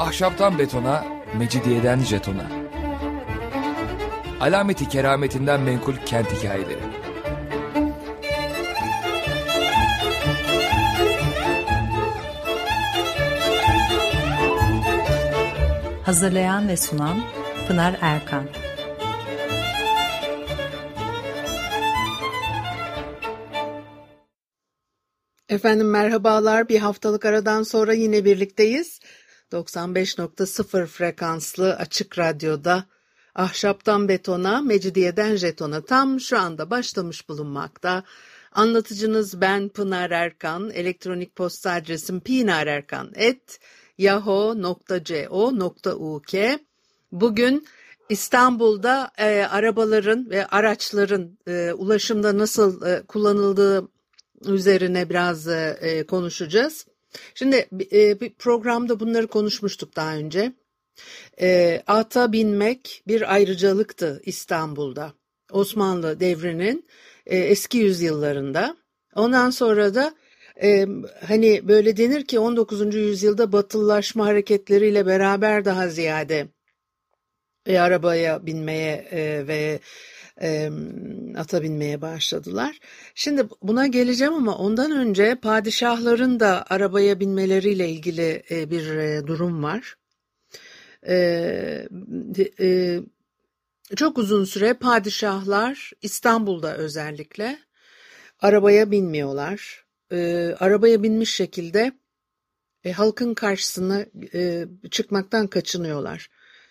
Ahşaptan betona, mecidiyeden jetona. Alameti kerametinden menkul kent hikayeleri. Hazırlayan ve sunan Pınar Erkan. Efendim merhabalar. Bir haftalık aradan sonra yine birlikteyiz. 95.0 frekanslı açık radyoda ahşaptan betona, mecidiyeden jetona tam şu anda başlamış bulunmakta. Anlatıcınız ben Pınar Erkan. Elektronik posta adresim pinarerkan@yahoo.co.uk. Bugün İstanbul'da arabaların ve araçların ulaşımda nasıl kullanıldığı üzerine biraz konuşacağız. Şimdi bir programda bunları konuşmuştuk daha önce. Ata binmek bir ayrıcalıktı İstanbul'da. Osmanlı devrinin eski yüzyıllarında. Ondan sonra da hani böyle denir ki 19. yüzyılda batılılaşma hareketleriyle beraber daha ziyade arabaya binmeye ve ata binmeye başladılar. Şimdi buna geleceğim ama ondan önce padişahların da arabaya binmeleriyle ilgili bir durum var. Çok uzun süre padişahlar İstanbul'da özellikle arabaya binmiyorlar. Arabaya binmiş şekilde halkın karşısına çıkmaktan kaçınıyorlar.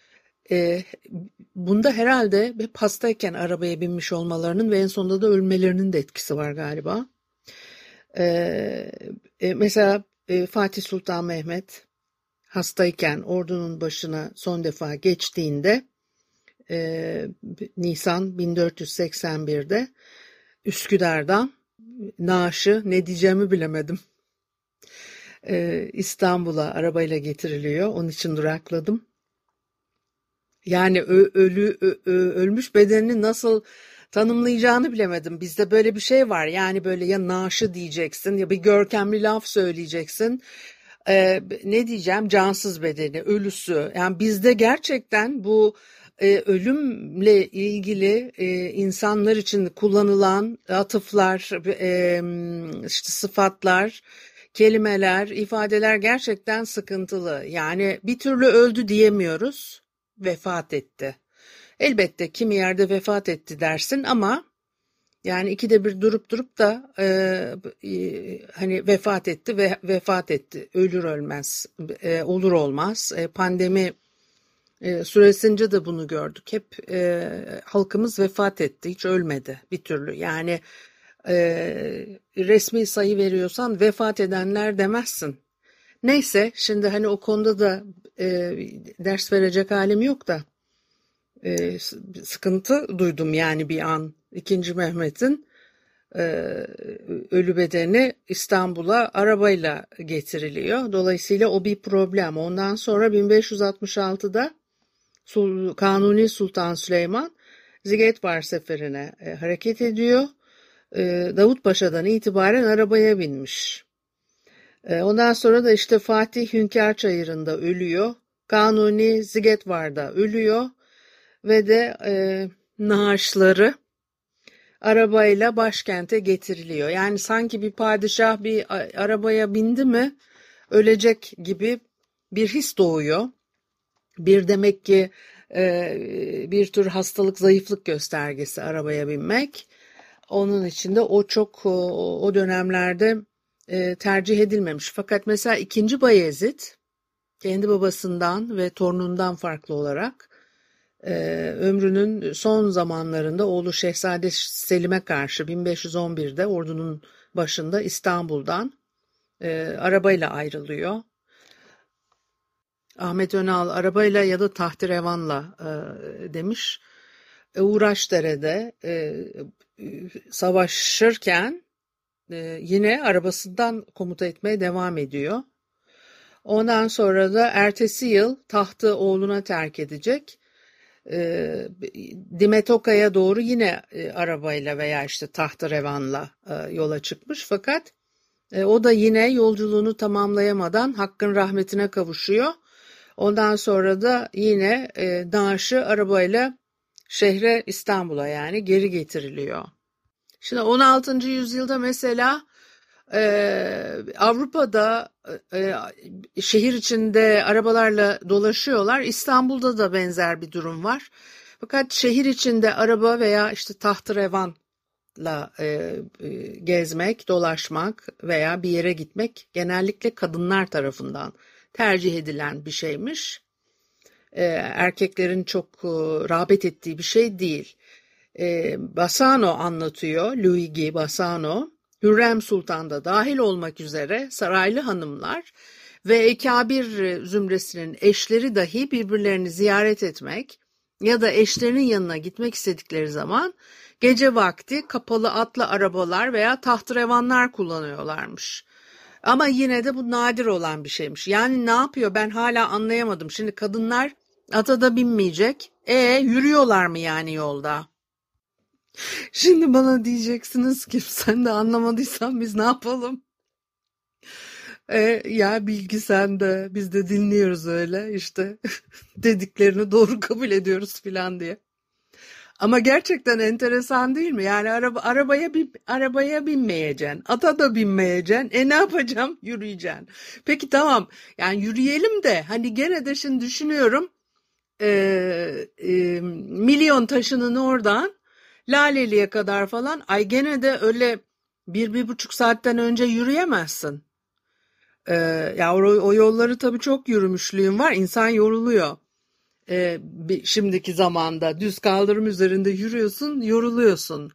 Bunda herhalde hep hastayken arabaya binmiş olmalarının ve en sonunda da ölmelerinin de etkisi var galiba. Mesela Fatih Sultan Mehmet hastayken ordunun başına son defa geçtiğinde Nisan 1481'de Üsküdar'dan naaşı ne diyeceğimi bilemedim. İstanbul'a arabayla getiriliyor. Onun için durakladım. Yani ölmüş bedenini nasıl tanımlayacağını bilemedim. Bizde böyle bir şey var. Yani böyle ya naaşı diyeceksin ya bir görkemli laf söyleyeceksin. Ne diyeceğim? Cansız bedeni, ölüsü. Yani bizde gerçekten bu ölümle ilgili insanlar için kullanılan atıflar, işte sıfatlar, kelimeler, ifadeler gerçekten sıkıntılı. Yani bir türlü öldü diyemiyoruz. Vefat etti. Elbette kimi yerde vefat etti dersin ama yani ikide bir durup da hani vefat etti ve vefat etti. Ölür ölmez, olur olmaz. Pandemi süresince de bunu gördük. Hep halkımız vefat etti, hiç ölmedi bir türlü. Yani resmi sayı veriyorsan vefat edenler demezsin. Neyse şimdi hani o konuda da ders verecek halim yok da sıkıntı duydum yani bir an. İkinci Mehmet'in ölü bedeni İstanbul'a arabayla getiriliyor. Dolayısıyla o bir problem. Ondan sonra 1566'da Kanuni Sultan Süleyman Zigetvar seferine hareket ediyor. Davutpaşa'dan itibaren arabaya binmiş. Ondan sonra da işte Fatih Hünkar Çayırı'nda ölüyor. Kanuni Zigetvar'da ölüyor. Ve de naaşları arabayla başkente getiriliyor. Yani sanki bir padişah bir arabaya bindi mi ölecek gibi bir his doğuyor. Bir demek ki bir tür hastalık, zayıflık göstergesi arabaya binmek. Onun için de o dönemlerde tercih edilmemiş. Fakat mesela 2. Bayezid kendi babasından ve torunundan farklı olarak ömrünün son zamanlarında oğlu Şehzade Selim'e karşı 1511'de ordunun başında İstanbul'dan arabayla ayrılıyor. Ahmet Önal arabayla ya da tahterevanla demiş. Uğraşdere'de savaşırken yine arabasından komuta etmeye devam ediyor. Ondan sonra da ertesi yıl tahtı oğluna terk edecek. Dimetoka'ya doğru yine arabayla veya işte tahterevanla yola çıkmış fakat o da yine yolculuğunu tamamlayamadan Hakk'ın rahmetine kavuşuyor. Ondan sonra da yine naaşı arabayla şehre, İstanbul'a yani geri getiriliyor. Şimdi 16. yüzyılda mesela Avrupa'da şehir içinde arabalarla dolaşıyorlar. İstanbul'da da benzer bir durum var. Fakat şehir içinde araba veya işte tahterevanla gezmek, dolaşmak veya bir yere gitmek genellikle kadınlar tarafından tercih edilen bir şeymiş. Erkeklerin çok rağbet ettiği bir şey değil. Bassano anlatıyor, Luigi Bassano, Hürrem Sultan da dahil olmak üzere saraylı hanımlar ve ekabir zümresinin eşleri dahi birbirlerini ziyaret etmek ya da eşlerinin yanına gitmek istedikleri zaman gece vakti kapalı atlı arabalar veya tahterevanlar kullanıyorlarmış. Ama yine de bu nadir olan bir şeymiş. Yani ne yapıyor ben hala anlayamadım. Şimdi kadınlar ata da binmeyecek. Yürüyorlar mı yani yolda? Şimdi bana diyeceksiniz ki sen de anlamadıysan biz ne yapalım? Ya bilgi sende, biz de dinliyoruz öyle işte dediklerini doğru kabul ediyoruz filan diye. Ama gerçekten enteresan değil mi? Yani arabaya binmeyeceksin, ata da binmeyeceksin. Ne yapacağım? Yürüyeceksin. Peki tamam. Yani yürüyelim de hani gene de şimdi düşünüyorum. Milyon taşının oradan Laleli'ye kadar falan. Ay gene de öyle 1,5 saatten önce yürüyemezsin. Ya o yolları tabii çok yürümüşlüğüm var. İnsan yoruluyor. Şimdiki zamanda düz kaldırım üzerinde yürüyorsun, yoruluyorsun.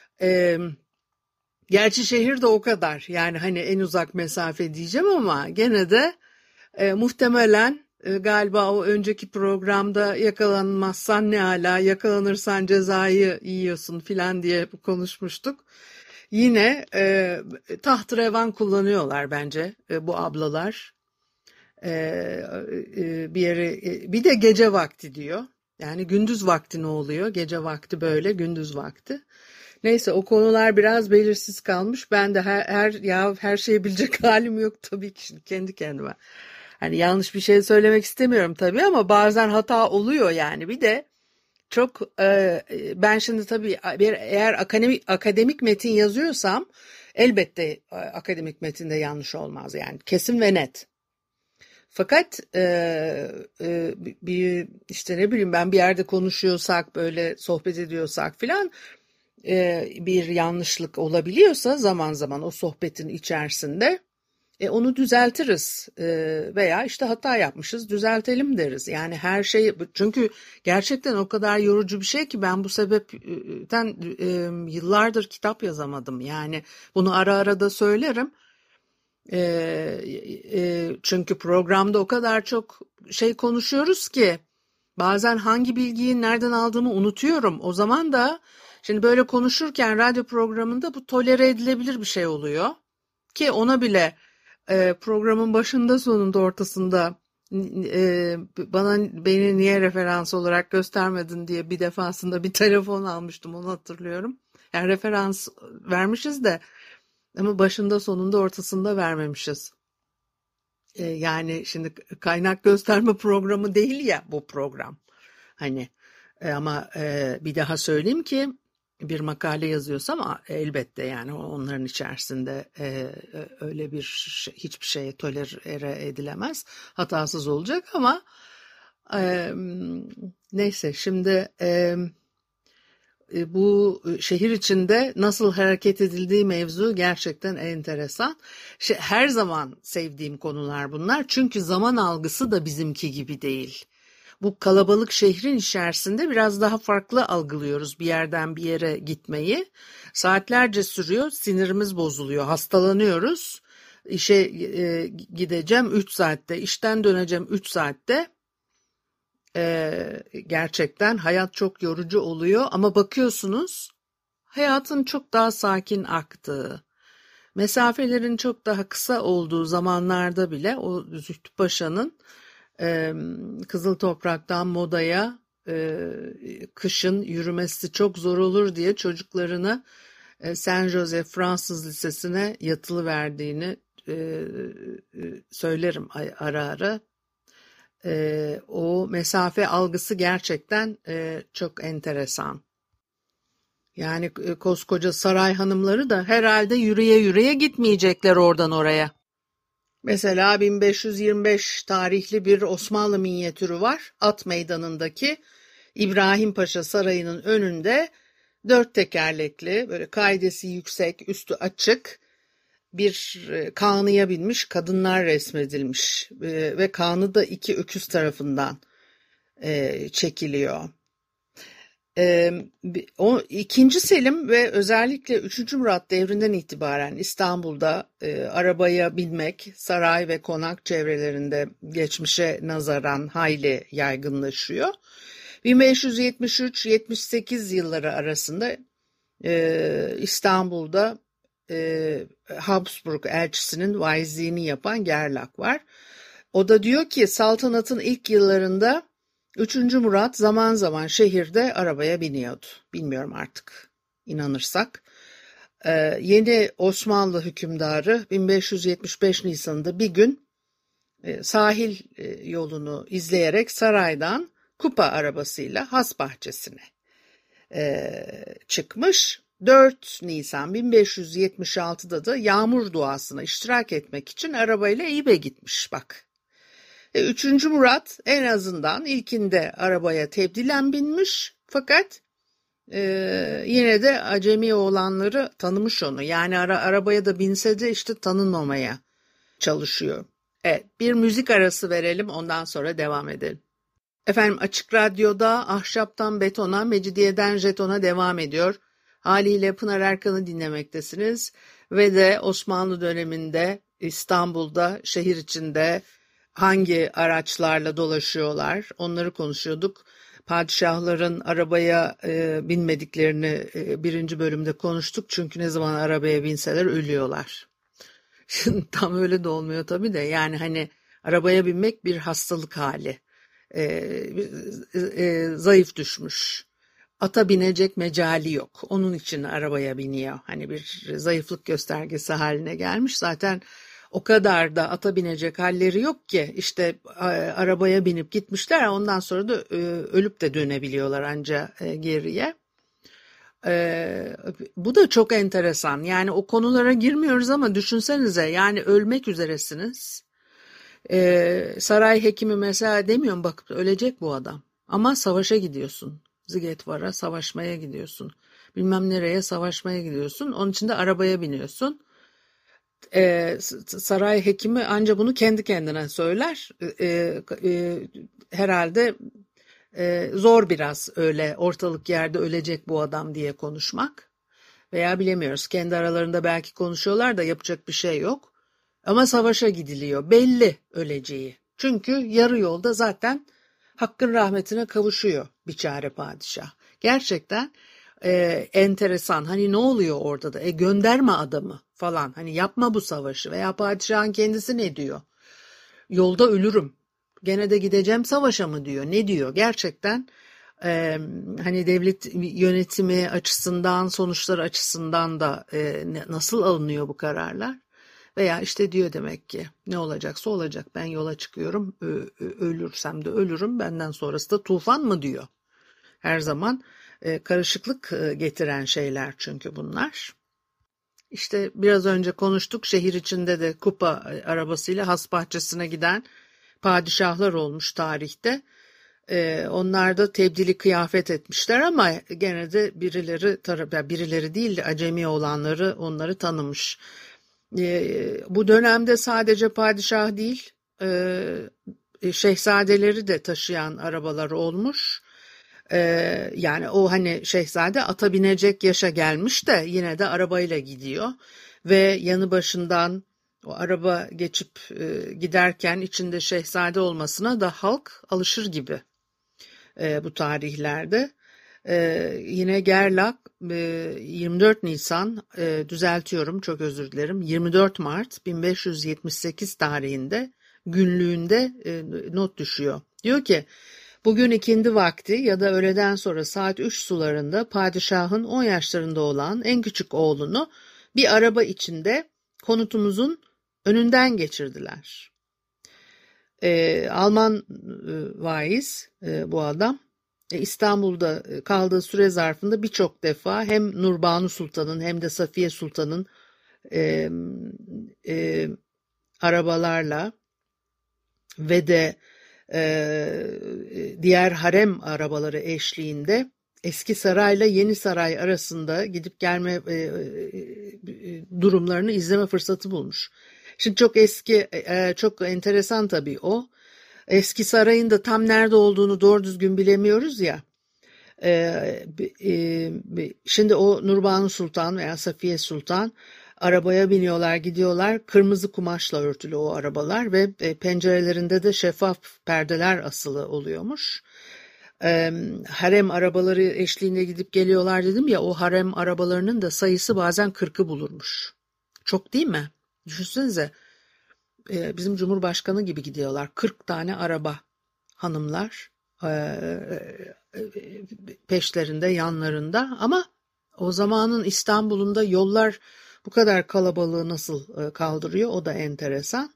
Gerçi şehir de o kadar. Yani hani en uzak mesafe diyeceğim ama gene de muhtemelen galiba o önceki programda yakalanmazsan ne ala, yakalanırsan cezayı yiyorsun filan diye konuşmuştuk. Yine tahterevan kullanıyorlar bence bu ablalar. Bir yere bir de gece vakti diyor. Yani gündüz vakti ne oluyor? Gece vakti böyle, gündüz vakti. Neyse o konular biraz belirsiz kalmış. Ben de her şeyi bilecek halim yok tabii ki şimdi kendi kendime. Hani yanlış bir şey söylemek istemiyorum tabii ama bazen hata oluyor yani. Bir de çok ben şimdi tabii eğer akademik metin yazıyorsam elbette akademik metinde yanlış olmaz yani kesin ve net. Fakat bir işte ne bileyim ben bir yerde konuşuyorsak böyle sohbet ediyorsak filan bir yanlışlık olabiliyorsa zaman zaman o sohbetin içerisinde onu düzeltiriz veya işte hata yapmışız düzeltelim deriz. Yani her şey çünkü gerçekten o kadar yorucu bir şey ki ben bu sebepten yıllardır kitap yazamadım. Yani bunu ara ara da söylerim. Çünkü programda o kadar çok şey konuşuyoruz ki bazen hangi bilgiyi nereden aldığımı unutuyorum. O zaman da şimdi böyle konuşurken radyo programında bu tolere edilebilir bir şey oluyor. Ki ona bile programın başında sonunda ortasında beni niye referans olarak göstermedin diye bir defasında bir telefon almıştım onu hatırlıyorum. Yani referans vermişiz de ama başında sonunda ortasında vermemişiz. Yani şimdi kaynak gösterme programı değil ya bu program. Hani ama bir daha söyleyeyim ki bir makale yazıyorsam elbette yani onların içerisinde öyle bir hiçbir şey tolere edilemez. Hatasız olacak ama neyse şimdi bu şehir içinde nasıl hareket edildiği mevzu gerçekten enteresan. Her zaman sevdiğim konular bunlar. Çünkü zaman algısı da bizimki gibi değil. Bu kalabalık şehrin içerisinde biraz daha farklı algılıyoruz bir yerden bir yere gitmeyi. Saatlerce sürüyor, sinirimiz bozuluyor, hastalanıyoruz. İşe gideceğim 3 saatte, işten döneceğim 3 saatte. Gerçekten hayat çok yorucu oluyor ama bakıyorsunuz hayatın çok daha sakin aktığı, mesafelerin çok daha kısa olduğu zamanlarda bile o Zühtü Paşa'nın Kızıl Toprak'tan Moda'ya kışın yürümesi çok zor olur diye çocuklarını Saint Joseph Fransız Lisesi'ne yatılı verdiğini söylerim ara ara. O mesafe algısı gerçekten çok enteresan. Yani koskoca saray hanımları da herhalde yürüye yürüye gitmeyecekler oradan oraya. Mesela 1525 tarihli bir Osmanlı minyatürü var. At Meydanı'ndaki İbrahim Paşa Sarayı'nın önünde 4 tekerlekli, böyle kaidesi yüksek, üstü açık bir kağnıya binmiş kadınlar resmedilmiş ve kağnı da 2 öküz tarafından çekiliyor. O 2. Selim ve özellikle 3. Murat devrinden itibaren İstanbul'da arabaya binmek saray ve konak çevrelerinde geçmişe nazaran hayli yaygınlaşıyor. 1573-78 yılları arasında İstanbul'da Habsburg elçisinin vaizliğini yapan Gerlach var. O da diyor ki saltanatın ilk yıllarında 3. Murat zaman zaman şehirde arabaya biniyordu. Bilmiyorum artık inanırsak. Yeni Osmanlı hükümdarı 1575 Nisan'da bir gün sahil yolunu izleyerek saraydan kupa arabasıyla has bahçesine çıkmış. 4 Nisan 1576'da da yağmur duasına iştirak etmek için arabayla Eyüp'e gitmiş bak. 3. Murat en azından ilkinde arabaya tebdilen binmiş fakat yine de acemi olanları tanımış onu. Yani arabaya da binse de işte tanınmamaya çalışıyor. Evet, bir müzik arası verelim ondan sonra devam edelim. Efendim Açık Radyo'da Ahşaptan Betona, Mecidiyeden Jeton'a devam ediyor. Haliyle Pınar Erkan'ı dinlemektesiniz ve de Osmanlı döneminde İstanbul'da şehir içinde hangi araçlarla dolaşıyorlar onları konuşuyorduk. Padişahların arabaya binmediklerini 1. bölümde konuştuk çünkü ne zaman arabaya binseler ölüyorlar. Şimdi tam öyle de olmuyor tabii de yani hani arabaya binmek bir hastalık hali. Zayıf düşmüş. Ata binecek mecali yok. Onun için arabaya biniyor. Hani bir zayıflık göstergesi haline gelmiş. Zaten o kadar da ata binecek halleri yok ki işte arabaya binip gitmişler. Ondan sonra da ölüp de dönebiliyorlar anca geriye. Bu da çok enteresan. Yani o konulara girmiyoruz ama düşünsenize yani ölmek üzeresiniz. Saray hekimi mesela demiyorum bak ölecek bu adam. Ama savaşa gidiyorsun. Zigetvar'a savaşmaya gidiyorsun. Bilmem nereye savaşmaya gidiyorsun. Onun için de arabaya biniyorsun. Saray hekimi anca bunu kendi kendine söyler. Herhalde zor biraz öyle ortalık yerde ölecek bu adam diye konuşmak. Veya bilemiyoruz. Kendi aralarında belki konuşuyorlar da yapacak bir şey yok. Ama savaşa gidiliyor. Belli öleceği. Çünkü yarı yolda zaten Hakk'ın rahmetine kavuşuyor biçare padişah. Gerçekten enteresan. Hani ne oluyor orada da? Gönderme adamı falan. Hani yapma bu savaşı. Veya padişahın kendisi ne diyor? Yolda ölürüm. Gene de gideceğim savaşa mı diyor? Ne diyor? Gerçekten hani devlet yönetimi açısından, sonuçlar açısından da nasıl alınıyor bu kararlar? Veya işte diyor demek ki ne olacaksa olacak. Ben yola çıkıyorum. Ölürsem de ölürüm. Benden sonrası da tufan mı diyor. Her zaman karışıklık getiren şeyler çünkü bunlar. İşte biraz önce konuştuk. Şehir içinde de kupa arabasıyla has bahçesine giden padişahlar olmuş tarihte. Onlar da tebdili kıyafet etmişler ama gene de birileri değil de acemi olanları onları tanımış. Bu dönemde sadece padişah değil, şehzadeleri de taşıyan arabalar olmuş. Yani o hani şehzade ata binecek yaşa gelmiş de yine de arabayla gidiyor. Ve yanı başından o araba geçip giderken içinde şehzade olmasına da halk alışır gibi bu tarihlerde. Yine Gerlach 24 Nisan düzeltiyorum çok özür dilerim 24 Mart 1578 tarihinde günlüğünde not düşüyor. Diyor ki bugün ikindi vakti ya da öğleden sonra saat 3 sularında padişahın 10 yaşlarında olan en küçük oğlunu bir araba içinde konutumuzun önünden geçirdiler. Alman vaiz bu adam. İstanbul'da kaldığı süre zarfında birçok defa hem Nurbanu Sultan'ın hem de Safiye Sultan'ın e, e, arabalarla ve de diğer harem arabaları eşliğinde Eski Saray'la Yeni Saray arasında gidip gelme durumlarını izleme fırsatı bulmuş. Şimdi çok eski, çok enteresan tabii o. Eski Saray'ın da tam nerede olduğunu doğru düzgün bilemiyoruz ya. Şimdi o Nurbanu Sultan veya Safiye Sultan arabaya biniyorlar, gidiyorlar. Kırmızı kumaşla örtülü o arabalar ve pencerelerinde de şeffaf perdeler asılı oluyormuş. Harem arabaları eşliğinde gidip geliyorlar dedim ya, o harem arabalarının da sayısı bazen 40'ı bulurmuş. Çok değil mi? Düşünsenize, bizim Cumhurbaşkanı gibi gidiyorlar. 40 tane araba, hanımlar peşlerinde, yanlarında. Ama o zamanın İstanbul'unda yollar bu kadar kalabalığı nasıl kaldırıyor, o da enteresan.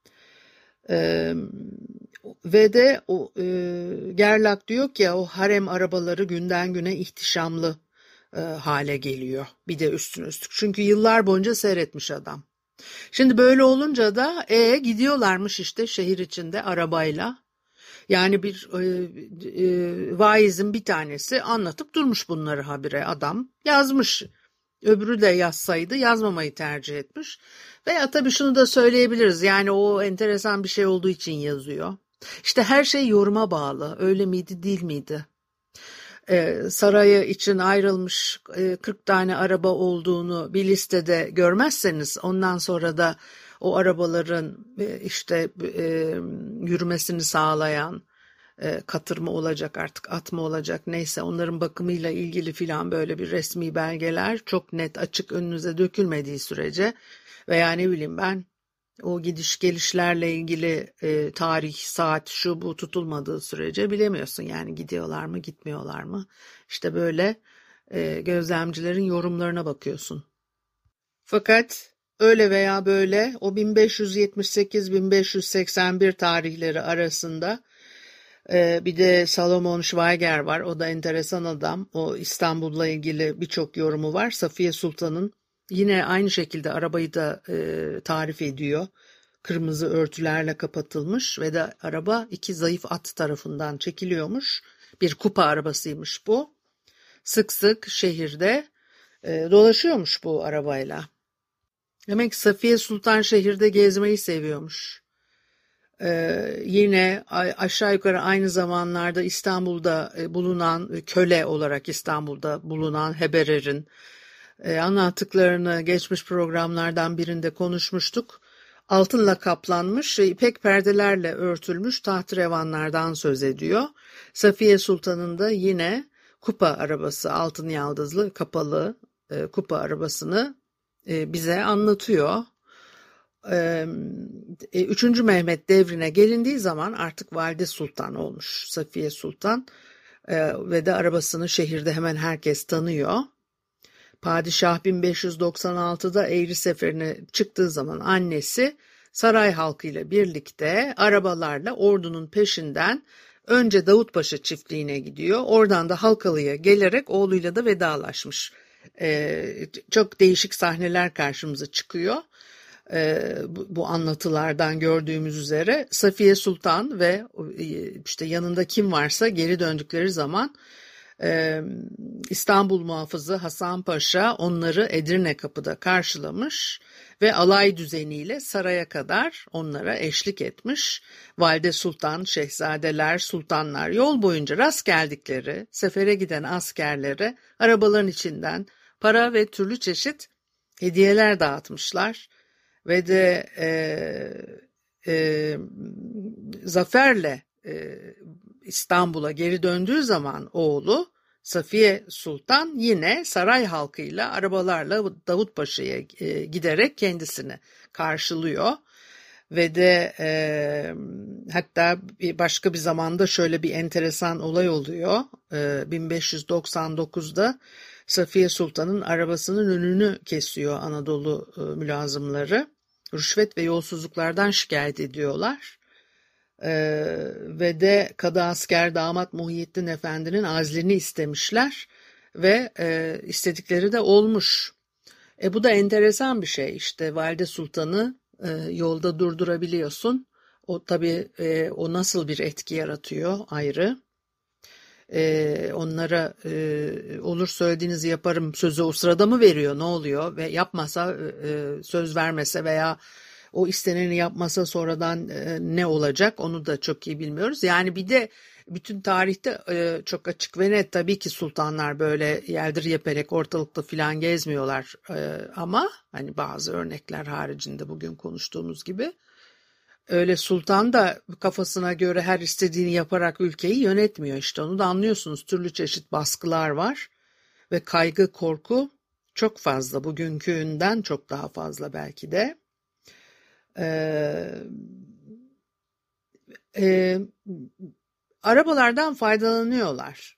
Ve de o Gerlach diyor ki o harem arabaları günden güne ihtişamlı hale geliyor. Bir de üstüne üstlük. Çünkü yıllar boyunca seyretmiş adam. Şimdi böyle olunca da gidiyorlarmış işte şehir içinde arabayla. Yani bir vaizin bir tanesi anlatıp durmuş bunları habire, adam yazmış. Öbürü de yazsaydı yazmamayı tercih etmiş. Veya tabii şunu da söyleyebiliriz, yani o enteresan bir şey olduğu için yazıyor. İşte her şey yoruma bağlı. Öyle miydi, değil miydi? Sarayı için ayrılmış 40 tane araba olduğunu bir listede görmezseniz, ondan sonra da o arabaların işte yürümesini sağlayan katır mı olacak artık, at mı olacak, neyse, onların bakımıyla ilgili filan böyle bir resmi belgeler çok net açık önünüze dökülmediği sürece veya ne bileyim ben o gidiş gelişlerle ilgili tarih, saat, şu bu tutulmadığı sürece bilemiyorsun yani gidiyorlar mı, gitmiyorlar mı. İşte böyle gözlemcilerin yorumlarına bakıyorsun. Fakat öyle veya böyle o 1578-1581 tarihleri arasında bir de Salomon Schweiger var. O da enteresan adam. O İstanbul'la ilgili birçok yorumu var. Safiye Sultan'ın yine aynı şekilde arabayı da tarif ediyor. Kırmızı örtülerle kapatılmış ve de araba iki zayıf at tarafından çekiliyormuş. Bir kupa arabasıymış bu. Sık sık şehirde dolaşıyormuş bu arabayla. Demek ki Safiye Sultan şehirde gezmeyi seviyormuş. Yine aşağı yukarı aynı zamanlarda İstanbul'da bulunan, köle olarak İstanbul'da bulunan Heberer'in anlattıklarını geçmiş programlardan birinde konuşmuştuk. Altınla kaplanmış, ipek perdelerle örtülmüş tahtrevanlardan söz ediyor. Safiye Sultan'ın da yine kupa arabası, altın yaldızlı kapalı kupa arabasını bize anlatıyor. 3. Mehmet devrine gelindiği zaman artık Valide Sultan olmuş Safiye Sultan ve de arabasını şehirde hemen herkes tanıyor. Padişah 1596'da Eğri Seferi'ne çıktığı zaman annesi saray halkıyla birlikte arabalarla ordunun peşinden önce Davutpaşa çiftliğine gidiyor. Oradan da Halkalı'ya gelerek oğluyla da vedalaşmış. Çok değişik sahneler karşımıza çıkıyor. Bu anlatılardan gördüğümüz üzere Safiye Sultan ve işte yanında kim varsa geri döndükleri zaman İstanbul muhafızı Hasan Paşa onları Edirne Kapı'da karşılamış ve alay düzeniyle saraya kadar onlara eşlik etmiş. Valide Sultan, şehzadeler, sultanlar yol boyunca rast geldikleri sefere giden askerlere arabaların içinden para ve türlü çeşit hediyeler dağıtmışlar. Ve de zaferle İstanbul'a geri döndüğü zaman oğlu Safiye Sultan yine saray halkıyla arabalarla Davutpaşa'ya giderek kendisini karşılıyor. Ve de hatta başka bir zamanda şöyle bir enteresan olay oluyor. 1599'da Safiye Sultan'ın arabasının önünü kesiyor Anadolu mülazımları. Rüşvet ve yolsuzluklardan şikayet ediyorlar. Ve de Kadı Asker Damat Muhyiddin Efendi'nin azlini istemişler ve istedikleri de olmuş. Bu da enteresan bir şey, işte Valide Sultan'ı yolda durdurabiliyorsun. O tabii o nasıl bir etki yaratıyor ayrı. Onlara olur söylediğinizi yaparım sözü o sırada mı veriyor, ne oluyor, ve yapmasa, söz vermese veya o isteneni yapmasa sonradan ne olacak, onu da çok iyi bilmiyoruz. Yani bir de bütün tarihte çok açık ve net, tabii ki sultanlar böyle yerdir yeperek ortalıkta filan gezmiyorlar, ama hani bazı örnekler haricinde bugün konuştuğumuz gibi. Öyle sultan da kafasına göre her istediğini yaparak ülkeyi yönetmiyor, işte onu da anlıyorsunuz. Türlü çeşit baskılar var ve kaygı, korku çok fazla, bugünkünden çok daha fazla belki de. Arabalardan faydalanıyorlar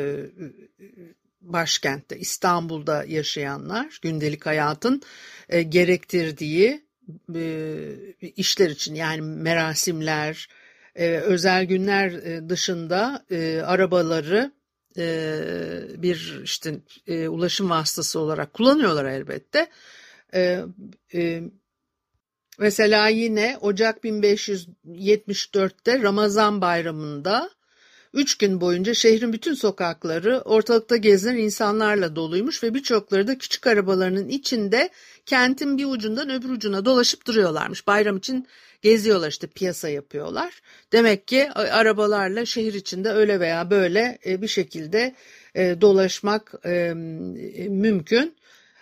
başkentte, İstanbul'da yaşayanlar, gündelik hayatın gerektirdiği işler için, yani merasimler, özel günler dışında arabaları bir işte ulaşım vasıtası olarak kullanıyorlar elbette. Mesela yine Ocak 1574'te Ramazan Bayramı'nda 3 gün boyunca şehrin bütün sokakları ortalıkta gezen insanlarla doluymuş ve birçokları da küçük arabalarının içinde kentin bir ucundan öbür ucuna dolaşıp duruyorlarmış. Bayram için geziyorlar, işte piyasa yapıyorlar. Demek ki arabalarla şehir içinde öyle veya böyle bir şekilde dolaşmak mümkün.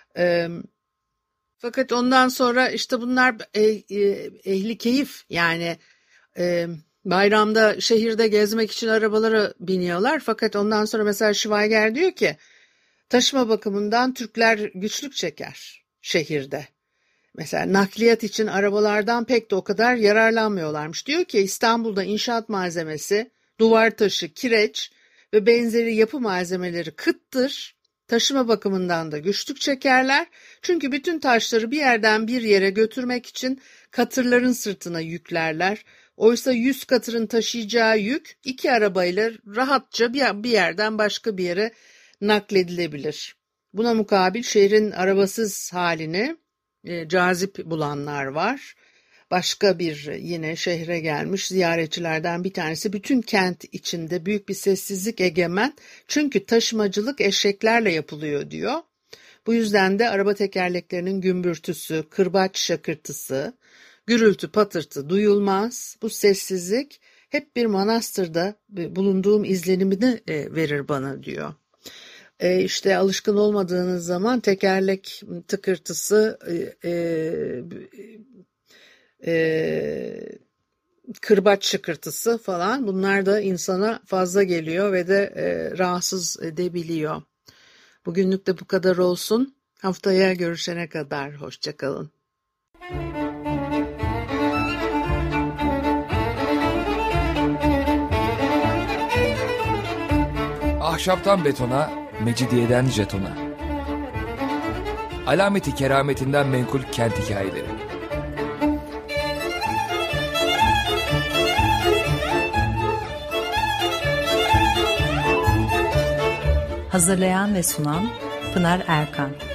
Fakat ondan sonra işte bunlar ehli keyif, yani bayramda şehirde gezmek için arabalara biniyorlar. Fakat ondan sonra mesela Schweiger diyor ki taşıma bakımından Türkler güçlük çeker şehirde. Mesela nakliyat için arabalardan pek de o kadar yararlanmıyorlarmış. Diyor ki İstanbul'da inşaat malzemesi, duvar taşı, kireç ve benzeri yapı malzemeleri kıttır. Taşıma bakımından da güçlük çekerler. Çünkü bütün taşları bir yerden bir yere götürmek için katırların sırtına yüklerler. Oysa 100 katırın taşıyacağı yük 2 arabayla rahatça bir yerden başka bir yere nakledilebilir. Buna mukabil şehrin arabasız halini cazip bulanlar var. Başka bir yine şehre gelmiş ziyaretçilerden bir tanesi, bütün kent içinde büyük bir sessizlik egemen, çünkü taşımacılık eşeklerle yapılıyor diyor. Bu yüzden de araba tekerleklerinin gümbürtüsü, kırbaç şakırtısı, gürültü patırtı duyulmaz. Bu sessizlik hep bir manastırda bulunduğum izlenimini verir bana diyor. İşte alışkın olmadığınız zaman tekerlek tıkırtısı, kırbaç şıkırtısı falan, bunlar da insana fazla geliyor ve de rahatsız edebiliyor. Bugünlük de bu kadar olsun. Haftaya görüşene kadar hoşça kalın. Ahşaptan betona, mecidiyeden jetona. Alameti kerametinden menkul kent hikayeleri. Hazırlayan ve sunan Pınar Erkan.